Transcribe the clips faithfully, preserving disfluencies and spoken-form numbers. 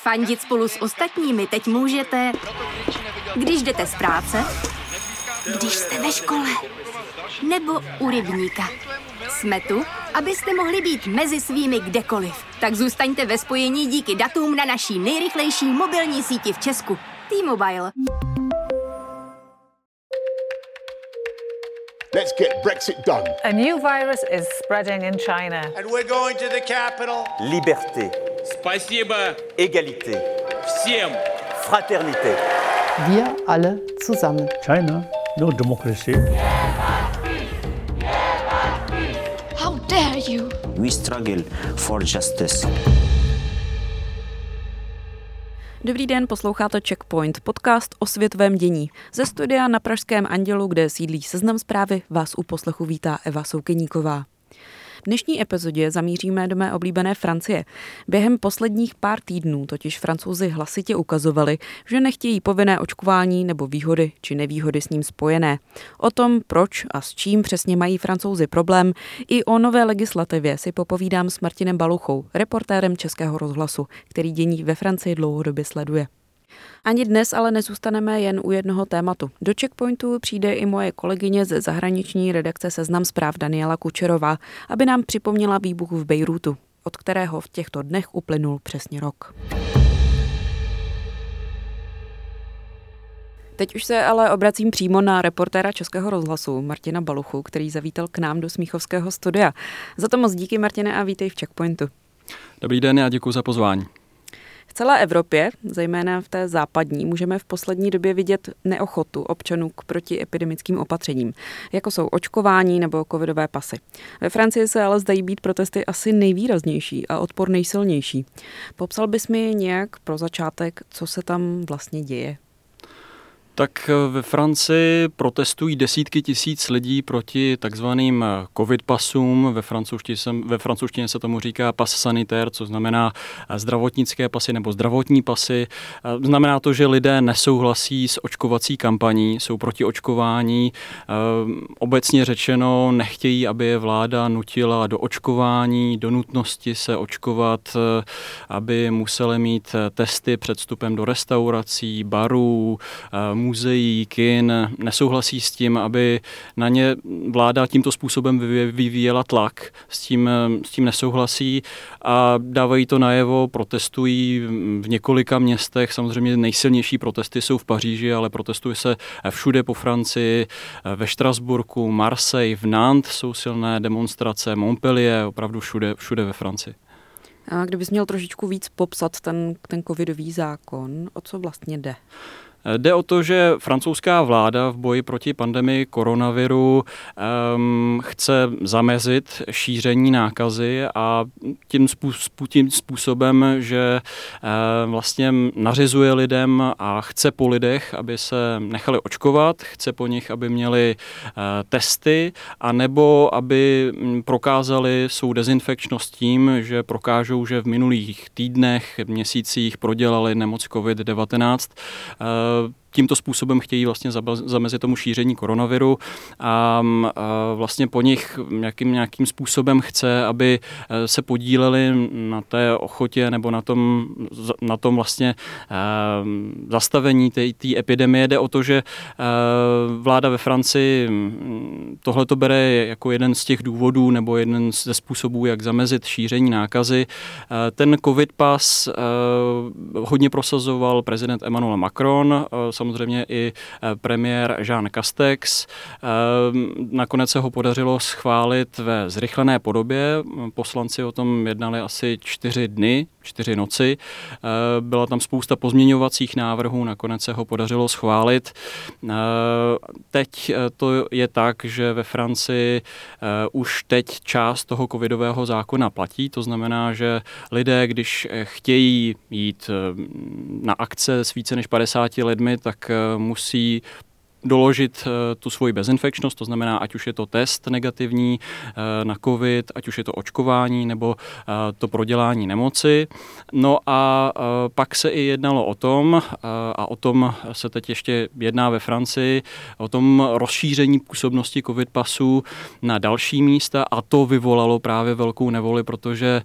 Fandit spolu s ostatními teď můžete, když jdete z práce, když jste ve škole, nebo u rybníka. Jsme tu, abyste mohli být mezi svými kdekoliv. Tak zůstaňte ve spojení díky datům na naší nejrychlejší mobilní síti v Česku. T-Mobile. Let's get Brexit done. A new virus is spreading in China. And we're going to the capital. Liberté. Спасибо. Égalité. Всем. Fraternité. Wir alle zusammen. China, no democracy. How dare you? We struggle for justice. Dobrý den, posloucháte Checkpoint, podcast o světovém dění. Ze studia na Pražském Andělu, kde sídlí Seznam Zprávy, vás u poslechu vítá Eva Soukeníková. V dnešní epizodě zamíříme do mé oblíbené Francie. Během posledních pár týdnů totiž Francouzi hlasitě ukazovali, že nechtějí povinné očkování nebo výhody či nevýhody s ním spojené. O tom, proč a s čím přesně mají Francouzi problém, i o nové legislativě si popovídám s Martinem Baluchou, reportérem Českého rozhlasu, který dění ve Francii dlouhodobě sleduje. Ani dnes ale nezůstaneme jen u jednoho tématu. Do Checkpointu přijde i moje kolegyně ze zahraniční redakce Seznam Zpráv Daniela Kučerová, aby nám připomněla výbuch v Bejrútu, od kterého v těchto dnech uplynul přesně rok. Teď už se ale obracím přímo na reportéra Českého rozhlasu Martina Baluchu, který zavítal k nám do Smíchovského studia. Za to moc díky, Martine, a vítej v Checkpointu. Dobrý den, já děkuji za pozvání. V celé Evropě, zejména v té západní, můžeme v poslední době vidět neochotu občanů k protiepidemickým opatřením, jako jsou očkování nebo covidové pasy. Ve Francii se ale zdají být protesty asi nejvýraznější a odpor nejsilnější. Popsal bys mi nějak pro začátek, co se tam vlastně děje? Tak ve Francii protestují desítky tisíc lidí proti takzvaným covid pasům. Ve francouzštině, ve francouzštině se tomu říká pas sanitaire, co znamená zdravotnické pasy nebo zdravotní pasy. Znamená to, že lidé nesouhlasí s očkovací kampaní, jsou proti očkování. Obecně řečeno nechtějí, aby je vláda nutila do očkování, do nutnosti se očkovat, aby museli mít testy před vstupem do restaurací, barů, muzeí, kin, nesouhlasí s tím, aby na ně vláda tímto způsobem vyvíjela tlak, s tím, s tím nesouhlasí a dávají to najevo, protestují v několika městech, samozřejmě nejsilnější protesty jsou v Paříži, ale protestuje se všude po Francii, ve Štrasburku, Marseille, v Nantes jsou silné demonstrace, Montpellier, opravdu všude, všude ve Francii. A kdybys měl trošičku víc popsat ten, ten covidový zákon, o co vlastně jde? Jde o to, že francouzská vláda v boji proti pandemii koronaviru um, chce zamezit šíření nákazy a tím, způsob, tím způsobem, že uh, vlastně nařizuje lidem a chce po lidech, aby se nechali očkovat, chce po nich, aby měli uh, testy, anebo aby prokázali svou dezinfekčnost tím, že prokážou, že v minulých týdnech, měsících prodělali nemoc covid devatenáct. Uh, Tímto způsobem chtějí vlastně zamezit tomu šíření koronaviru a vlastně po nich nějakým, nějakým způsobem chce, aby se podíleli na té ochotě nebo na tom, na tom vlastně zastavení té epidemie. Jde o to, že vláda ve Francii tohleto bere jako jeden z těch důvodů nebo jeden ze způsobů, jak zamezit šíření nákazy. Ten covid pas hodně prosazoval prezident Emmanuel Macron, samozřejmě i premiér Jean Castex. Nakonec se ho podařilo schválit ve zrychlené podobě. Poslanci o tom jednali asi čtyři dny, čtyři noci. Byla tam spousta pozměňovacích návrhů, nakonec se ho podařilo schválit. Teď to je tak, že ve Francii už teď část toho covidového zákona platí, to znamená, že lidé, když chtějí jít na akce s více než padesáti lidmi, tak musí doložit tu svoji bezinfekčnost, to znamená, ať už je to test negativní na covid, ať už je to očkování nebo to prodělání nemoci. No a pak se i jednalo o tom, a o tom se teď ještě jedná ve Francii, o tom rozšíření působnosti covid pasů na další místa a to vyvolalo právě velkou nevoli, protože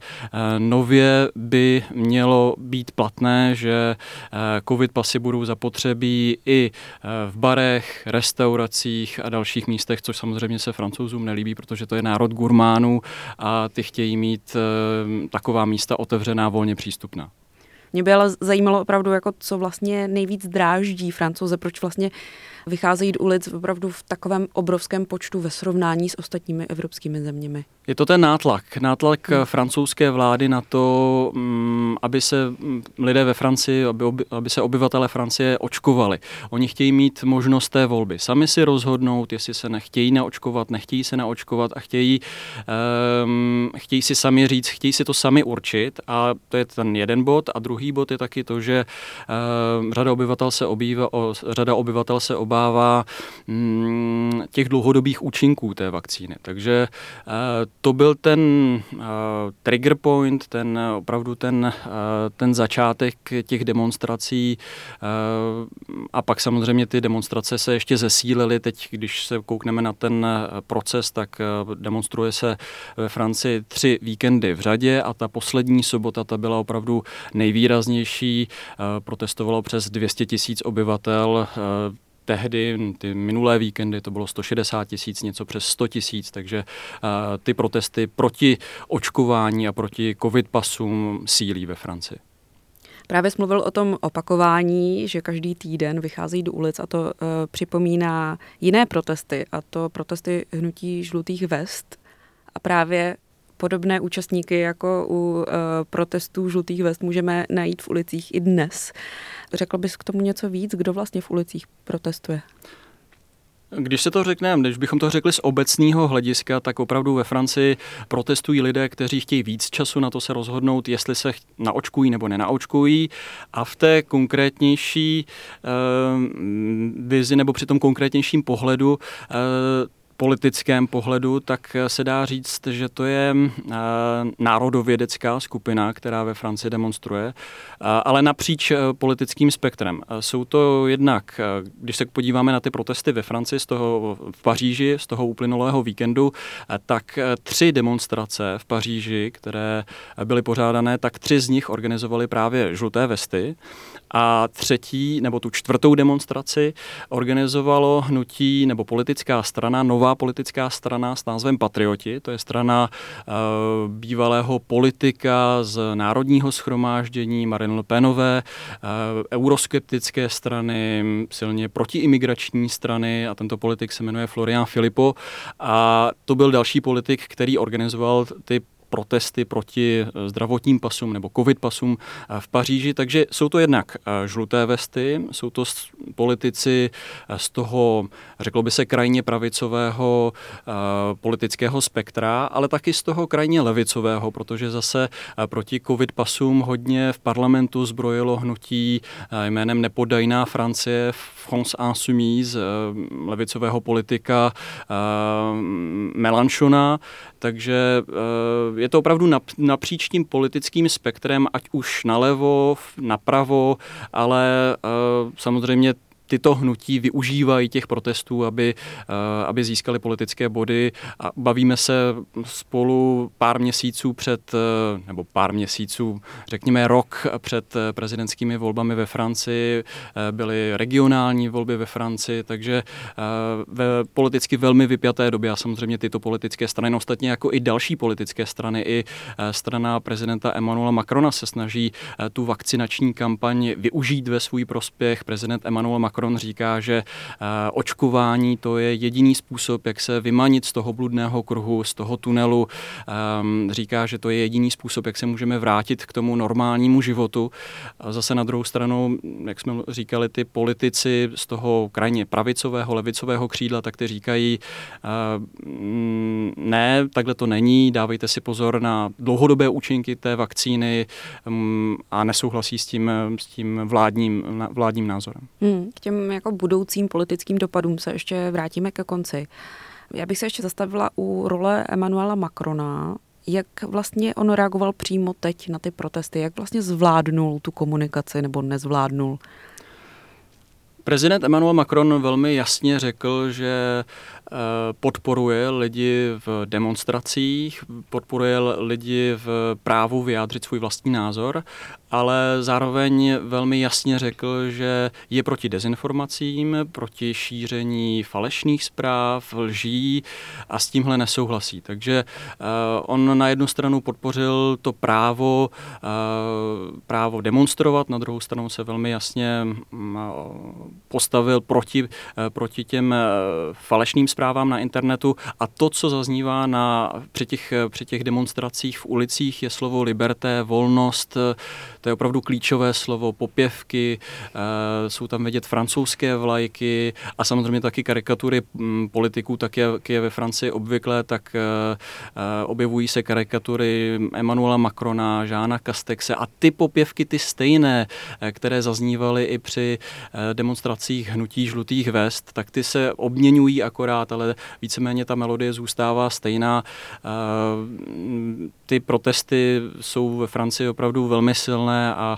nově by mělo být platné, že covid pasy budou zapotřebí i v barech, restauracích a dalších místech, což samozřejmě se Francouzům nelíbí, protože to je národ gurmánů a ty chtějí mít taková místa otevřená, volně přístupná. Mě by ale zajímalo opravdu, jako co vlastně nejvíc dráždí Francouze, proč vlastně vycházejí do ulic opravdu v takovém obrovském počtu ve srovnání s ostatními evropskými zeměmi. Je to ten nátlak. Nátlak hmm. francouzské vlády na to, aby se lidé ve Francii, aby, aby se obyvatelé Francie očkovali. Oni chtějí mít možnost té volby. Sami si rozhodnout, jestli se nechtějí naočkovat, nechtějí se naočkovat a chtějí, um, chtějí si sami říct, chtějí si to sami určit. A to je ten jeden bod. A druhý bod je taky to, že um, řada obyvatel se obývá, o, řada obyvatel se obává um, těch dlouhodobých účinků té vakcíny. Takže uh, to byl ten uh, trigger point, ten opravdu ten, uh, ten začátek těch demonstrací uh, a pak samozřejmě ty demonstrace se ještě zesílily. Teď, když se koukneme na ten proces, tak uh, demonstruje se ve Francii tři víkendy v řadě a ta poslední sobota ta byla opravdu nejvýraznější. Uh, protestovalo přes dvě stě tisíc obyvatel. Uh, Tehdy, ty minulé víkendy, to bylo sto šedesát tisíc, něco přes sto tisíc, takže uh, ty protesty proti očkování a proti covid pasům sílí ve Francii. Právě jsi mluvil o tom opakování, že každý týden vycházejí do ulic a to uh, připomíná jiné protesty, a to protesty hnutí žlutých vest. A právě podobné účastníky jako u uh, protestů žlutých vest můžeme najít v ulicích i dnes. Řekl bys k tomu něco víc? Kdo vlastně v ulicích protestuje? Když se to řekneme, když bychom to řekli z obecného hlediska, tak opravdu ve Francii protestují lidé, kteří chtějí víc času na to se rozhodnout, jestli se naočkují nebo nenaočkují. A v té konkrétnější uh, vizi nebo při tom konkrétnějším pohledu uh, politickém pohledu, tak se dá říct, že to je národovědecká skupina, která ve Francii demonstruje, ale napříč politickým spektrem. Jsou to jednak, když se podíváme na ty protesty ve Francii, z toho v Paříži, z toho uplynulého víkendu, tak tři demonstrace v Paříži, které byly pořádané, tak tři z nich organizovaly právě žluté vesty a třetí, nebo tu čtvrtou demonstraci organizovalo hnutí nebo politická strana, nová politická strana s názvem Patrioti, to je strana uh, bývalého politika z Národního shromáždění Marine Le Penové, uh, euroskeptické strany, silně protiimigrační strany a tento politik se jmenuje Florian Philippot a to byl další politik, který organizoval ty protesty proti zdravotním pasům nebo covid pasům v Paříži. Takže jsou to jednak žluté vesty, jsou to politici z toho, řeklo by se, krajně pravicového politického spektra, ale taky z toho krajně levicového, protože zase proti covid pasům hodně v parlamentu zbrojilo hnutí jménem Nepodajná Francie, France Insoumise, levicového politika Mélenchona, takže je to opravdu napříč tím politickým spektrem, ať už nalevo, napravo, ale samozřejmě tyto hnutí využívají těch protestů, aby, aby získali politické body. A bavíme se spolu pár měsíců před, nebo pár měsíců, řekněme rok před prezidentskými volbami ve Francii, byly regionální volby ve Francii, takže ve politicky velmi vypjaté době a samozřejmě tyto politické strany, ostatně jako i další politické strany, i strana prezidenta Emmanuela Macrona se snaží tu vakcinační kampaň využít ve svůj prospěch. Prezident Emmanuel Macron Macron říká, že očkování to je jediný způsob, jak se vymanit z toho bludného kruhu, z toho tunelu. Říká, že to je jediný způsob, jak se můžeme vrátit k tomu normálnímu životu. A zase na druhou stranu, jak jsme říkali, ty politici z toho krajně pravicového, levicového křídla, tak ty říkají, ne, takhle to není, dávejte si pozor na dlouhodobé účinky té vakcíny a nesouhlasí s tím, s tím vládním, vládním názorem. Hmm, těm jako budoucím politickým dopadům se ještě vrátíme ke konci. Já bych se ještě zastavila u role Emmanuela Macrona. Jak vlastně on reagoval přímo teď na ty protesty? Jak vlastně zvládnul tu komunikaci nebo nezvládnul? Prezident Emmanuel Macron velmi jasně řekl, že podporuje lidi v demonstracích, podporuje lidi v právu vyjádřit svůj vlastní názor, ale zároveň velmi jasně řekl, že je proti dezinformacím, proti šíření falešných zpráv, lží a s tímhle nesouhlasí. Takže on na jednu stranu podpořil to právo, právo demonstrovat, na druhou stranu se velmi jasně postavil proti, proti těm falešným zprávám na internetu a to, co zaznívá na, při, těch, při těch demonstracích v ulicích, je slovo liberté, volnost, to je opravdu klíčové slovo, popěvky, jsou tam vidět francouzské vlajky a samozřejmě taky karikatury politiků, tak jak je ve Francii obvyklé, tak objevují se karikatury Emmanuela Macrona, Jeana Castexe a ty popěvky, ty stejné, které zaznívaly i při demonstracích hnutí žlutých vest, tak ty se obměňují akorát, ale víceméně ta melodie zůstává stejná. Ty protesty jsou ve Francii opravdu velmi silné a, a,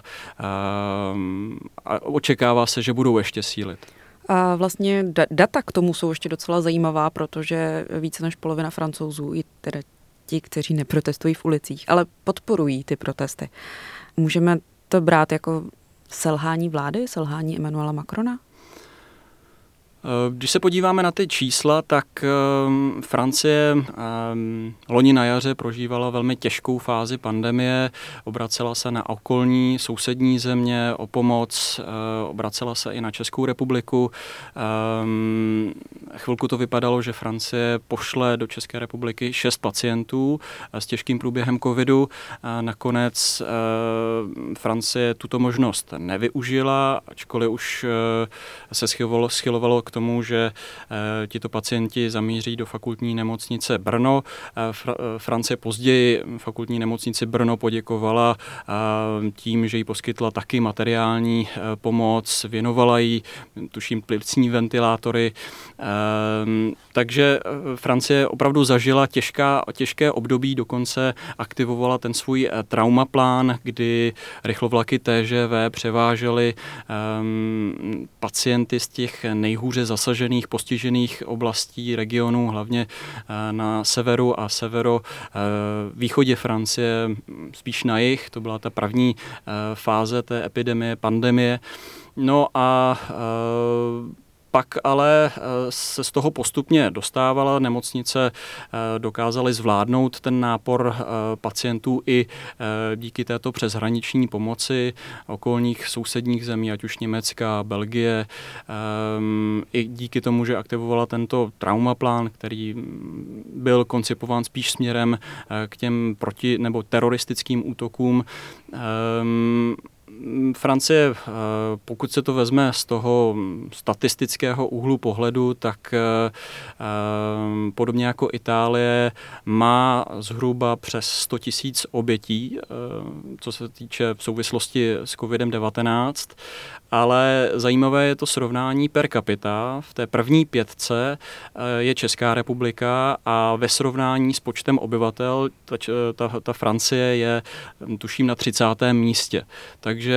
a očekává se, že budou ještě sílit. A vlastně data k tomu jsou ještě docela zajímavá, protože více než polovina Francouzů, i teda ti, kteří neprotestují v ulicích, ale podporují ty protesty. Můžeme to brát jako selhání vlády, selhání Emmanuela Macrona? Když se podíváme na ty čísla, tak Francie loni na jaře prožívala velmi těžkou fázi pandemie, obracela se na okolní sousední země o pomoc, obracela se i na Českou republiku. Chvilku to vypadalo, že Francie pošle do České republiky šest pacientů s těžkým průběhem covidu. Nakonec Francie tuto možnost nevyužila, ačkoliv už se schylovalo, schylovalo k tomu, že e, tito pacienti zamíří do fakultní nemocnice Brno. E, Fr- Francie později fakultní nemocnici Brno poděkovala e, tím, že jí poskytla taky materiální e, pomoc, věnovala jí, tuším, plicní ventilátory. E, takže Francie opravdu zažila těžká, těžké období, dokonce aktivovala ten svůj e, traumaplán, kdy rychlovlaky T G V převážely e, pacienty z těch nejhůře zasažených, postižených oblastí, regionů, hlavně na severu a severovýchodě Francie, spíš na jih. To byla ta první fáze té epidemie, pandemie. No a pak ale se z toho postupně dostávala, nemocnice dokázaly zvládnout ten nápor pacientů i díky této přeshraniční pomoci okolních sousedních zemí, ať už Německa, Belgie, i díky tomu, že aktivovala tento traumaplán, který byl koncipován spíš směrem k těm proti nebo teroristickým útokům. Francie, pokud se to vezme z toho statistického úhlu pohledu, tak podobně jako Itálie má zhruba přes sto tisíc obětí, co se týče v souvislosti s kovidem devatenáct, ale zajímavé je to srovnání per capita. V té první pětce je Česká republika a ve srovnání s počtem obyvatel ta, ta, ta Francie je, tuším, na třicátém místě. Takže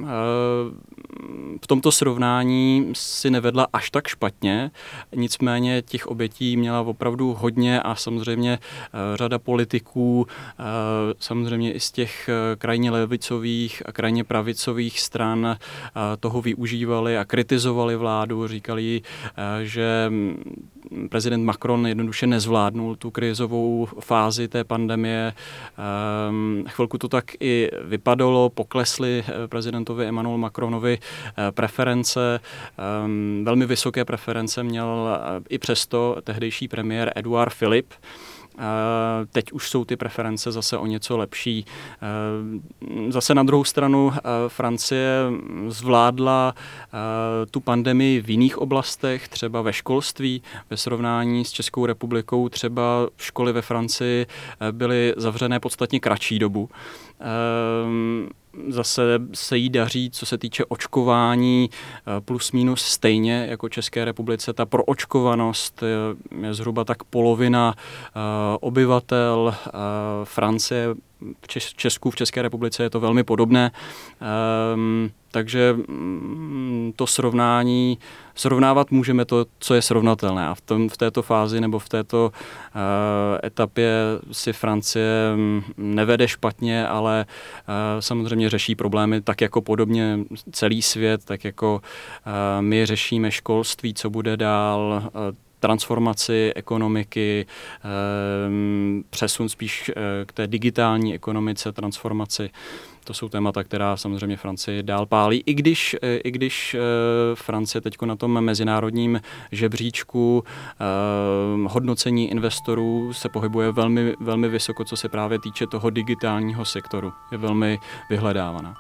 v tomto srovnání si nevedla až tak špatně, nicméně těch obětí měla opravdu hodně a samozřejmě řada politiků, samozřejmě i z těch krajně levicových a krajně pravicových stran toho využívali a kritizovali vládu, říkali, že prezident Macron jednoduše nezvládnul tu krizovou fázi té pandemie. Chvilku to tak i vypadalo, poklesly prezidentovi Emmanuelu Macronovi preference. Velmi vysoké preference měl i přesto tehdejší premiér Edouard Philippe. Teď už jsou ty preference zase o něco lepší. Zase na druhou stranu Francie zvládla tu pandemii v jiných oblastech, třeba ve školství, ve srovnání s Českou republikou. Třeba školy ve Francii byly zavřené podstatně kratší dobu. Zase se jí daří, co se týče očkování, plus minus stejně jako České republice. Ta proočkovanost je zhruba tak polovina obyvatel. Francie, v Česku, v České republice je to velmi podobné. Takže to srovnání, srovnávat můžeme to, co je srovnatelné. A v, tom, v této fázi nebo v této uh, etapě si Francie nevede špatně, ale uh, samozřejmě řeší problémy tak jako podobně celý svět, tak jako uh, my řešíme školství, co bude dál, uh, transformaci ekonomiky, přesun spíš k té digitální ekonomice, transformaci. To jsou témata, která samozřejmě Francii dál pálí. I když, i když Francie teď na tom mezinárodním žebříčku hodnocení investorů se pohybuje velmi, velmi vysoko, co se právě týče toho digitálního sektoru. Je velmi vyhledávaná.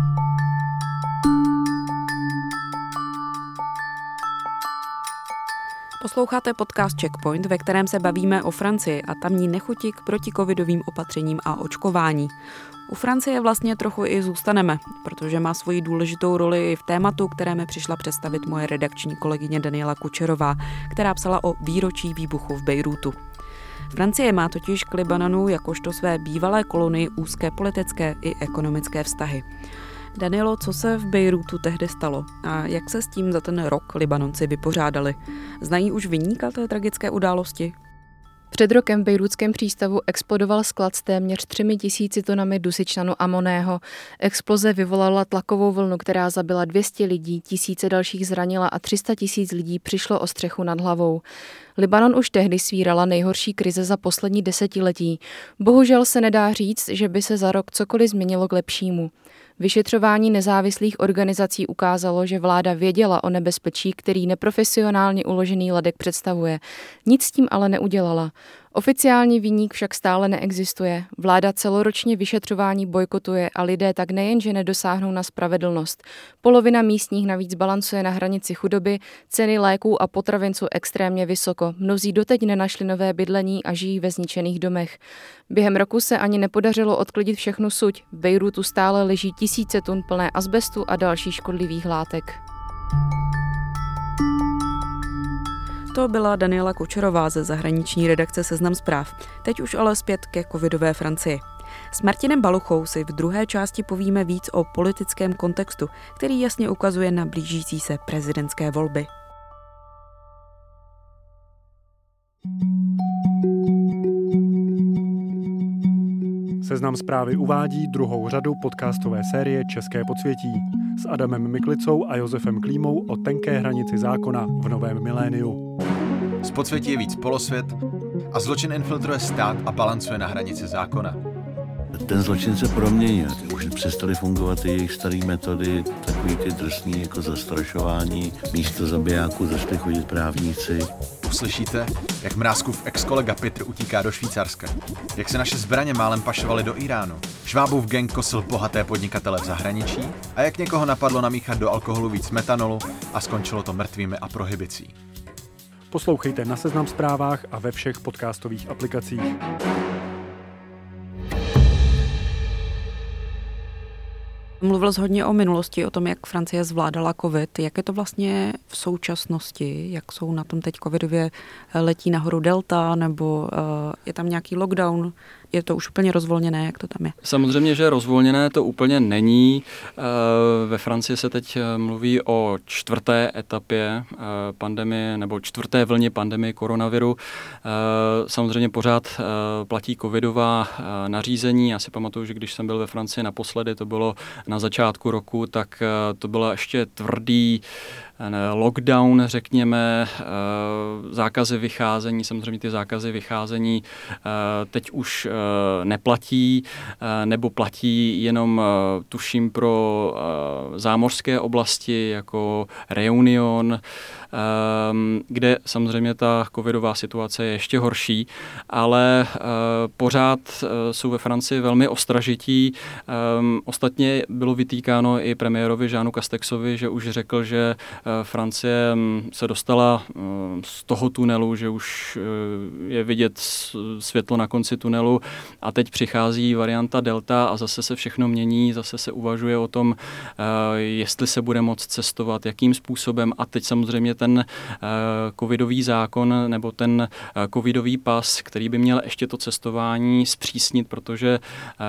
Posloucháte podcast Checkpoint, ve kterém se bavíme o Francii a tamní nechuti k protikovidovým opatřením a očkování. U Francie vlastně trochu i zůstaneme, protože má svoji důležitou roli i v tématu, které mi přišla představit moje redakční kolegyně Daniela Kučerová, která psala o výročí výbuchu v Bejrútu. Francie má totiž k Libanonu jakožto své bývalé kolonii úzké politické i ekonomické vztahy. Danielo, co se v Bejrútu tehdy stalo a jak se s tím za ten rok Libanonci vypořádali? Znají už viníka té tragické události? Před rokem v bejrútském přístavu explodoval sklad s téměř třemi tisíci tonami dusičnanu amonného. Exploze vyvolala tlakovou vlnu, která zabila dvě stě lidí, tisíce dalších zranila a tři sta tisíc lidí přišlo o střechu nad hlavou. Libanon už tehdy svírala nejhorší krize za poslední desetiletí. Bohužel se nedá říct, že by se za rok cokoliv změnilo k lepšímu. Vyšetřování nezávislých organizací ukázalo, že vláda věděla o nebezpečí, který neprofesionálně uložený ledek představuje. Nic s tím ale neudělala. Oficiální viník však stále neexistuje. Vláda celoročně vyšetřování bojkotuje a lidé tak nejenže nedosáhnou na spravedlnost. Polovina místních navíc balancuje na hranici chudoby, ceny léků a potravin jsou extrémně vysoko. Mnozí doteď nenašli nové bydlení a žijí ve zničených domech. Během roku se ani nepodařilo odklidit všechnu suť. V Bejrútu stále leží tisíce tun plné azbestu a dalších škodlivých látek. To byla Daniela Kučerová ze zahraniční redakce Seznam zpráv. Teď už ale zpět ke covidové Francii. S Martinem Baluchou si v druhé části povíme víc o politickém kontextu, který jasně ukazuje na blížící se prezidentské volby. Seznam zprávy uvádí druhou řadu podcastové série České podsvětí s Adamem Miklicou a Josefem Klímou o tenké hranici zákona v novém miléniu. Z podsvětí je víc polosvět a zločin infiltruje stát a balancuje na hranici zákona. Ten zločin se proměnil. Už přestaly fungovat ty jejich staré metody, takový ty drsný jako zastrašování. Místo zabijáků začali chodit právníci. Uslyšíte, jak Mrázkův ex-kolega Petr utíká do Švýcarska, jak se naše zbraně málem pašovaly do Iránu, Švábův gang kosil bohaté podnikatele v zahraničí a jak někoho napadlo namíchat do alkoholu víc metanolu a skončilo to mrtvými a prohibicí. Poslouchejte na Seznam zprávách a ve všech podcastových aplikacích. Mluvil jsi hodně o minulosti, o tom, jak Francie zvládala covid. Jak je to vlastně v současnosti? Jak jsou na tom teď covidově? Letí nahoru delta nebo uh, je tam nějaký lockdown? Je to už úplně rozvolněné? Jak to tam je? Samozřejmě, že rozvolněné to úplně není. Ve Francii se teď mluví o čtvrté etapě pandemie nebo čtvrté vlně pandemie koronaviru. Samozřejmě pořád platí covidová nařízení. Já si pamatuju, že když jsem byl ve Francii naposledy, to bylo na začátku roku, tak to bylo ještě tvrdý lockdown, řekněme, zákazy vycházení, samozřejmě ty zákazy vycházení teď už neplatí, nebo platí jenom, tuším, pro zámořské oblasti jako Réunion kde samozřejmě ta covidová situace je ještě horší, ale pořád jsou ve Francii velmi ostražití. Ostatně bylo vytýkáno i premiérovi Jeanu Castexovi, že už řekl, že Francie se dostala z toho tunelu, že už je vidět světlo na konci tunelu a teď přichází varianta Delta a zase se všechno mění, zase se uvažuje o tom, jestli se bude moct cestovat, jakým způsobem a teď samozřejmě ten covidový zákon nebo ten covidový pas, který by měl ještě to cestování zpřísnit, protože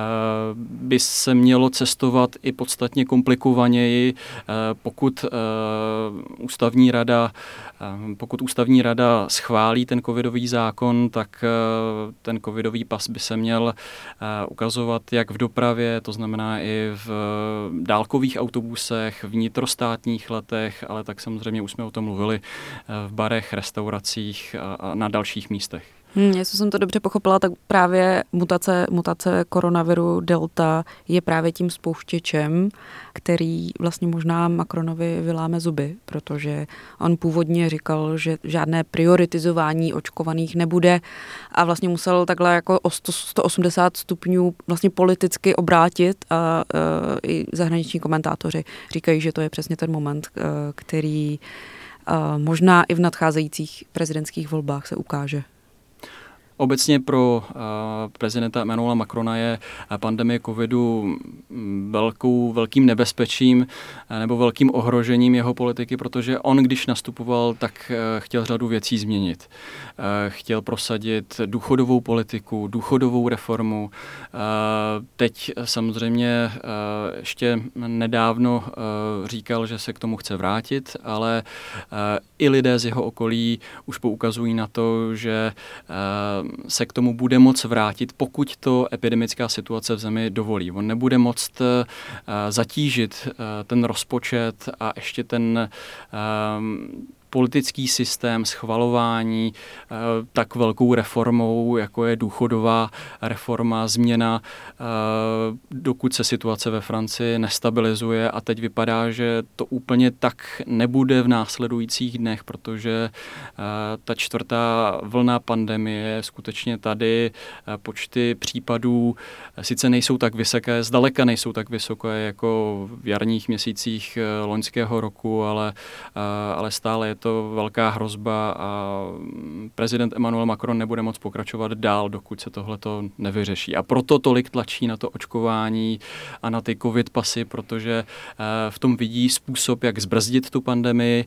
by se mělo cestovat i podstatně komplikovaněji, pokud ústavní rada Pokud ústavní rada schválí ten covidový zákon, tak ten covidový pas by se měl ukazovat jak v dopravě, to znamená i v dálkových autobusech, vnitrostátních letech, ale tak samozřejmě už jsme o tom mluvili v barech, restauracích a na dalších místech. Hmm, jestli jsem to dobře pochopila, tak právě mutace, mutace koronaviru Delta je právě tím spouštěčem, který vlastně možná Macronovi vyláme zuby, protože on původně říkal, že žádné prioritizování očkovaných nebude a vlastně musel takhle jako o sto osmdesát stupňů vlastně politicky obrátit a, a i zahraniční komentátoři říkají, že to je přesně ten moment, který a, možná i v nadcházejících prezidentských volbách se ukáže. Obecně pro prezidenta Emmanuela Macrona je pandemie covidu velkou, velkým nebezpečím nebo velkým ohrožením jeho politiky, protože on, když nastupoval, tak chtěl řadu věcí změnit. Chtěl prosadit důchodovou politiku, důchodovou reformu. Teď samozřejmě ještě nedávno říkal, že se k tomu chce vrátit, ale i lidé z jeho okolí už poukazují na to, že se k tomu bude moct vrátit, pokud to epidemická situace v zemi dovolí. On nebude moct uh, zatížit uh, ten rozpočet a ještě ten uh, politický systém schvalování tak velkou reformou, jako je důchodová reforma, změna, dokud se situace ve Francii nestabilizuje a teď vypadá, že to úplně tak nebude v následujících dnech, protože ta čtvrtá vlna pandemie je skutečně tady, počty případů sice nejsou tak vysoké, zdaleka nejsou tak vysoké jako v jarních měsících loňského roku, ale, ale stále je to velká hrozba a prezident Emmanuel Macron nebude moct pokračovat dál, dokud se tohleto nevyřeší. A proto tolik tlačí na to očkování a na ty covid pasy, protože v tom vidí způsob, jak zbrzdit tu pandemii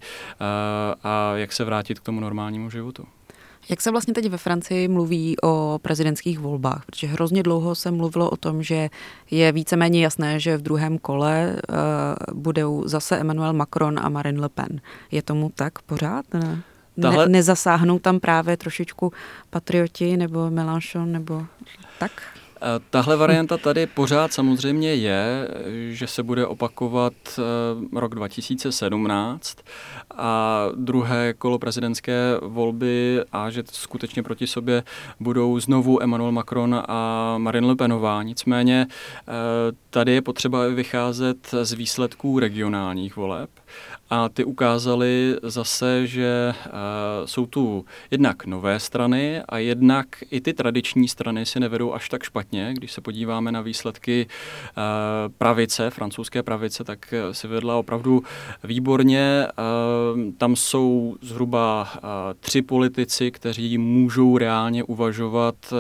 a jak se vrátit k tomu normálnímu životu. Jak se vlastně teď ve Francii mluví o prezidentských volbách? Protože hrozně dlouho se mluvilo o tom, že je víceméně jasné, že v druhém kole uh, budou zase Emmanuel Macron a Marine Le Pen. Je tomu tak pořád? Ne? Tahle... Ne, nezasáhnou tam právě trošičku patrioti nebo Mélenchon nebo tak? Tahle varianta tady pořád samozřejmě je, že se bude opakovat rok dva tisíce sedmnáct a druhé kolo prezidentské volby a že skutečně proti sobě budou znovu Emmanuel Macron a Marine Le Penová. Nicméně tady je potřeba vycházet z výsledků regionálních voleb. A ty ukázaly zase, že uh, jsou tu jednak nové strany a jednak i ty tradiční strany si nevedou až tak špatně. Když se podíváme na výsledky uh, pravice, francouzské pravice, tak si vedla opravdu výborně. Uh, tam jsou zhruba uh, tři politici, kteří můžou reálně uvažovat uh,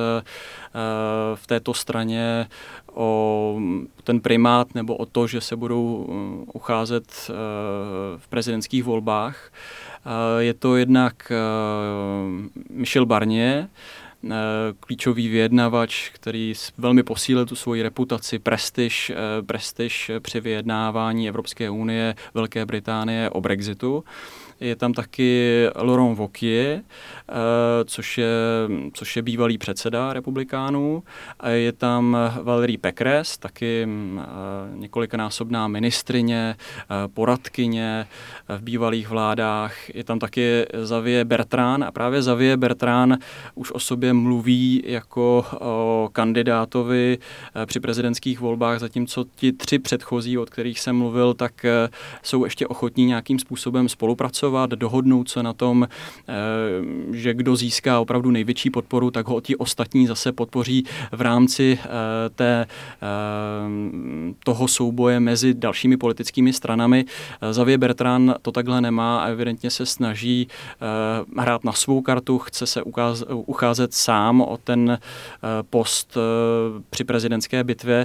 v této straně o ten primát nebo o to, že se budou ucházet v prezidentských volbách. Je to jednak Michel Barnier, klíčový vyjednavač, který velmi posílil tu svoji reputaci, prestiž, prestiž při vyjednávání Evropské unie, Velké Británie o Brexitu. Je tam taky Laurent Wauquiez, což je, což je bývalý předseda republikánů. Je tam Valérie Pécresse, taky několikanásobná ministryně, poradkyně v bývalých vládách. Je tam taky Xavier Bertrand a právě Xavier Bertrand už o sobě mluví jako o kandidátovi při prezidentských volbách, zatímco ti tři předchozí, od kterých jsem mluvil, tak jsou ještě ochotní nějakým způsobem spolupracovat. hlasovat, dohodnout se na tom, že kdo získá opravdu největší podporu, tak ho ti ostatní zase podpoří v rámci té, toho souboje mezi dalšími politickými stranami. Xavier Bertrand to takhle nemá a evidentně se snaží hrát na svou kartu, chce se ucházet sám o ten post při prezidentské bitvě.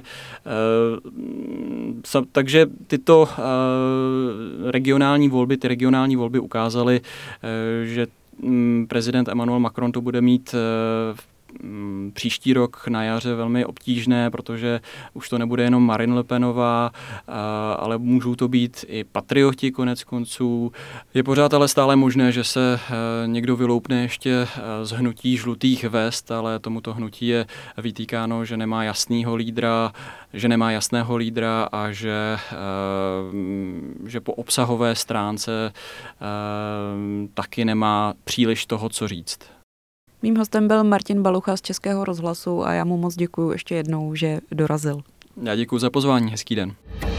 Takže tyto regionální volby, ty regionální volby ukázaly, že prezident Emmanuel Macron to bude mít příští rok na jaře velmi obtížné, protože už to nebude jenom Marine Le Penová, ale můžou to být i patrioti konec konců. Je pořád ale stále možné, že se někdo vyloupne ještě z hnutí žlutých vest, ale tomuto hnutí je vytýkáno, že nemá jasného lídra, že nemá jasného lídra a že, že po obsahové stránce taky nemá příliš toho, co říct. Mým hostem byl Martin Balucha z Českého rozhlasu a já mu moc děkuju ještě jednou, že dorazil. Já děkuji za pozvání, hezký den.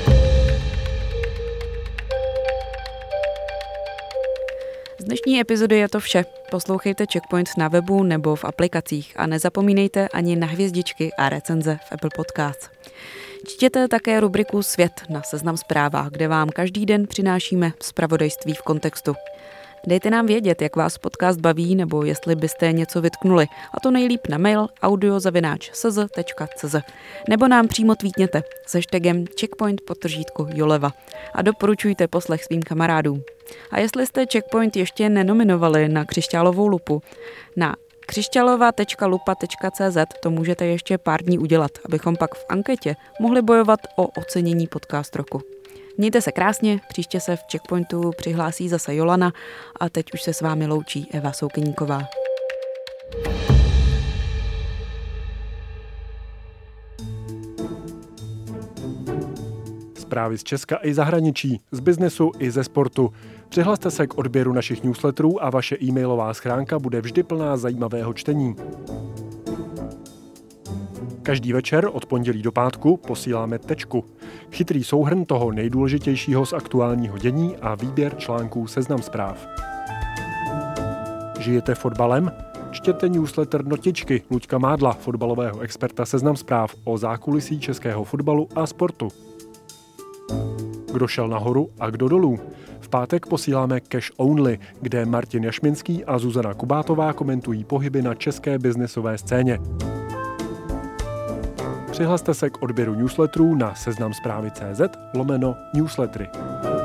Z dnešní epizody je to vše. Poslouchejte Checkpoint na webu nebo v aplikacích a nezapomínejte ani na hvězdičky a recenze v Apple Podcasts. Čtěte také rubriku Svět na Seznam Zprávách, kde vám každý den přinášíme zpravodajství v kontextu. Dejte nám vědět, jak vás podcast baví, nebo jestli byste něco vytknuli, a to nejlíp na mail audio zavináč s z tečka c z, nebo nám přímo tweetněte s hashtagem checkpoint podtržítko Joleva a doporučujte poslech svým kamarádům. A jestli jste Checkpoint ještě nenominovali na křišťálovou lupu, na křišťalova tečka lupa tečka c z to můžete ještě pár dní udělat, abychom pak v anketě mohli bojovat o ocenění podcast roku. Mějte se krásně, příště se v Checkpointu přihlásí zase Jolana a teď už se s vámi loučí Eva Soukeníková. Zprávy z Česka i zahraničí, z biznesu i ze sportu. Přihlaste se k odběru našich newsletterů a vaše e-mailová schránka bude vždy plná zajímavého čtení. Každý večer od pondělí do pátku posíláme Tečku. Chytrý souhrn toho nejdůležitějšího z aktuálního dění a výběr článků Seznam Zpráv. Žijete fotbalem? Čtěte newsletter Notičky Luďka Mádla, fotbalového experta Seznam Zpráv o zákulisí českého fotbalu a sportu. Kdo šel nahoru a kdo dolů? V pátek posíláme Cash Only, kde Martin Jašminský a Zuzana Kubátová komentují pohyby na české biznesové scéně. Přihlaste se k odběru newsletterů na seznamzprávy tečka cé zet lomeno newslettery.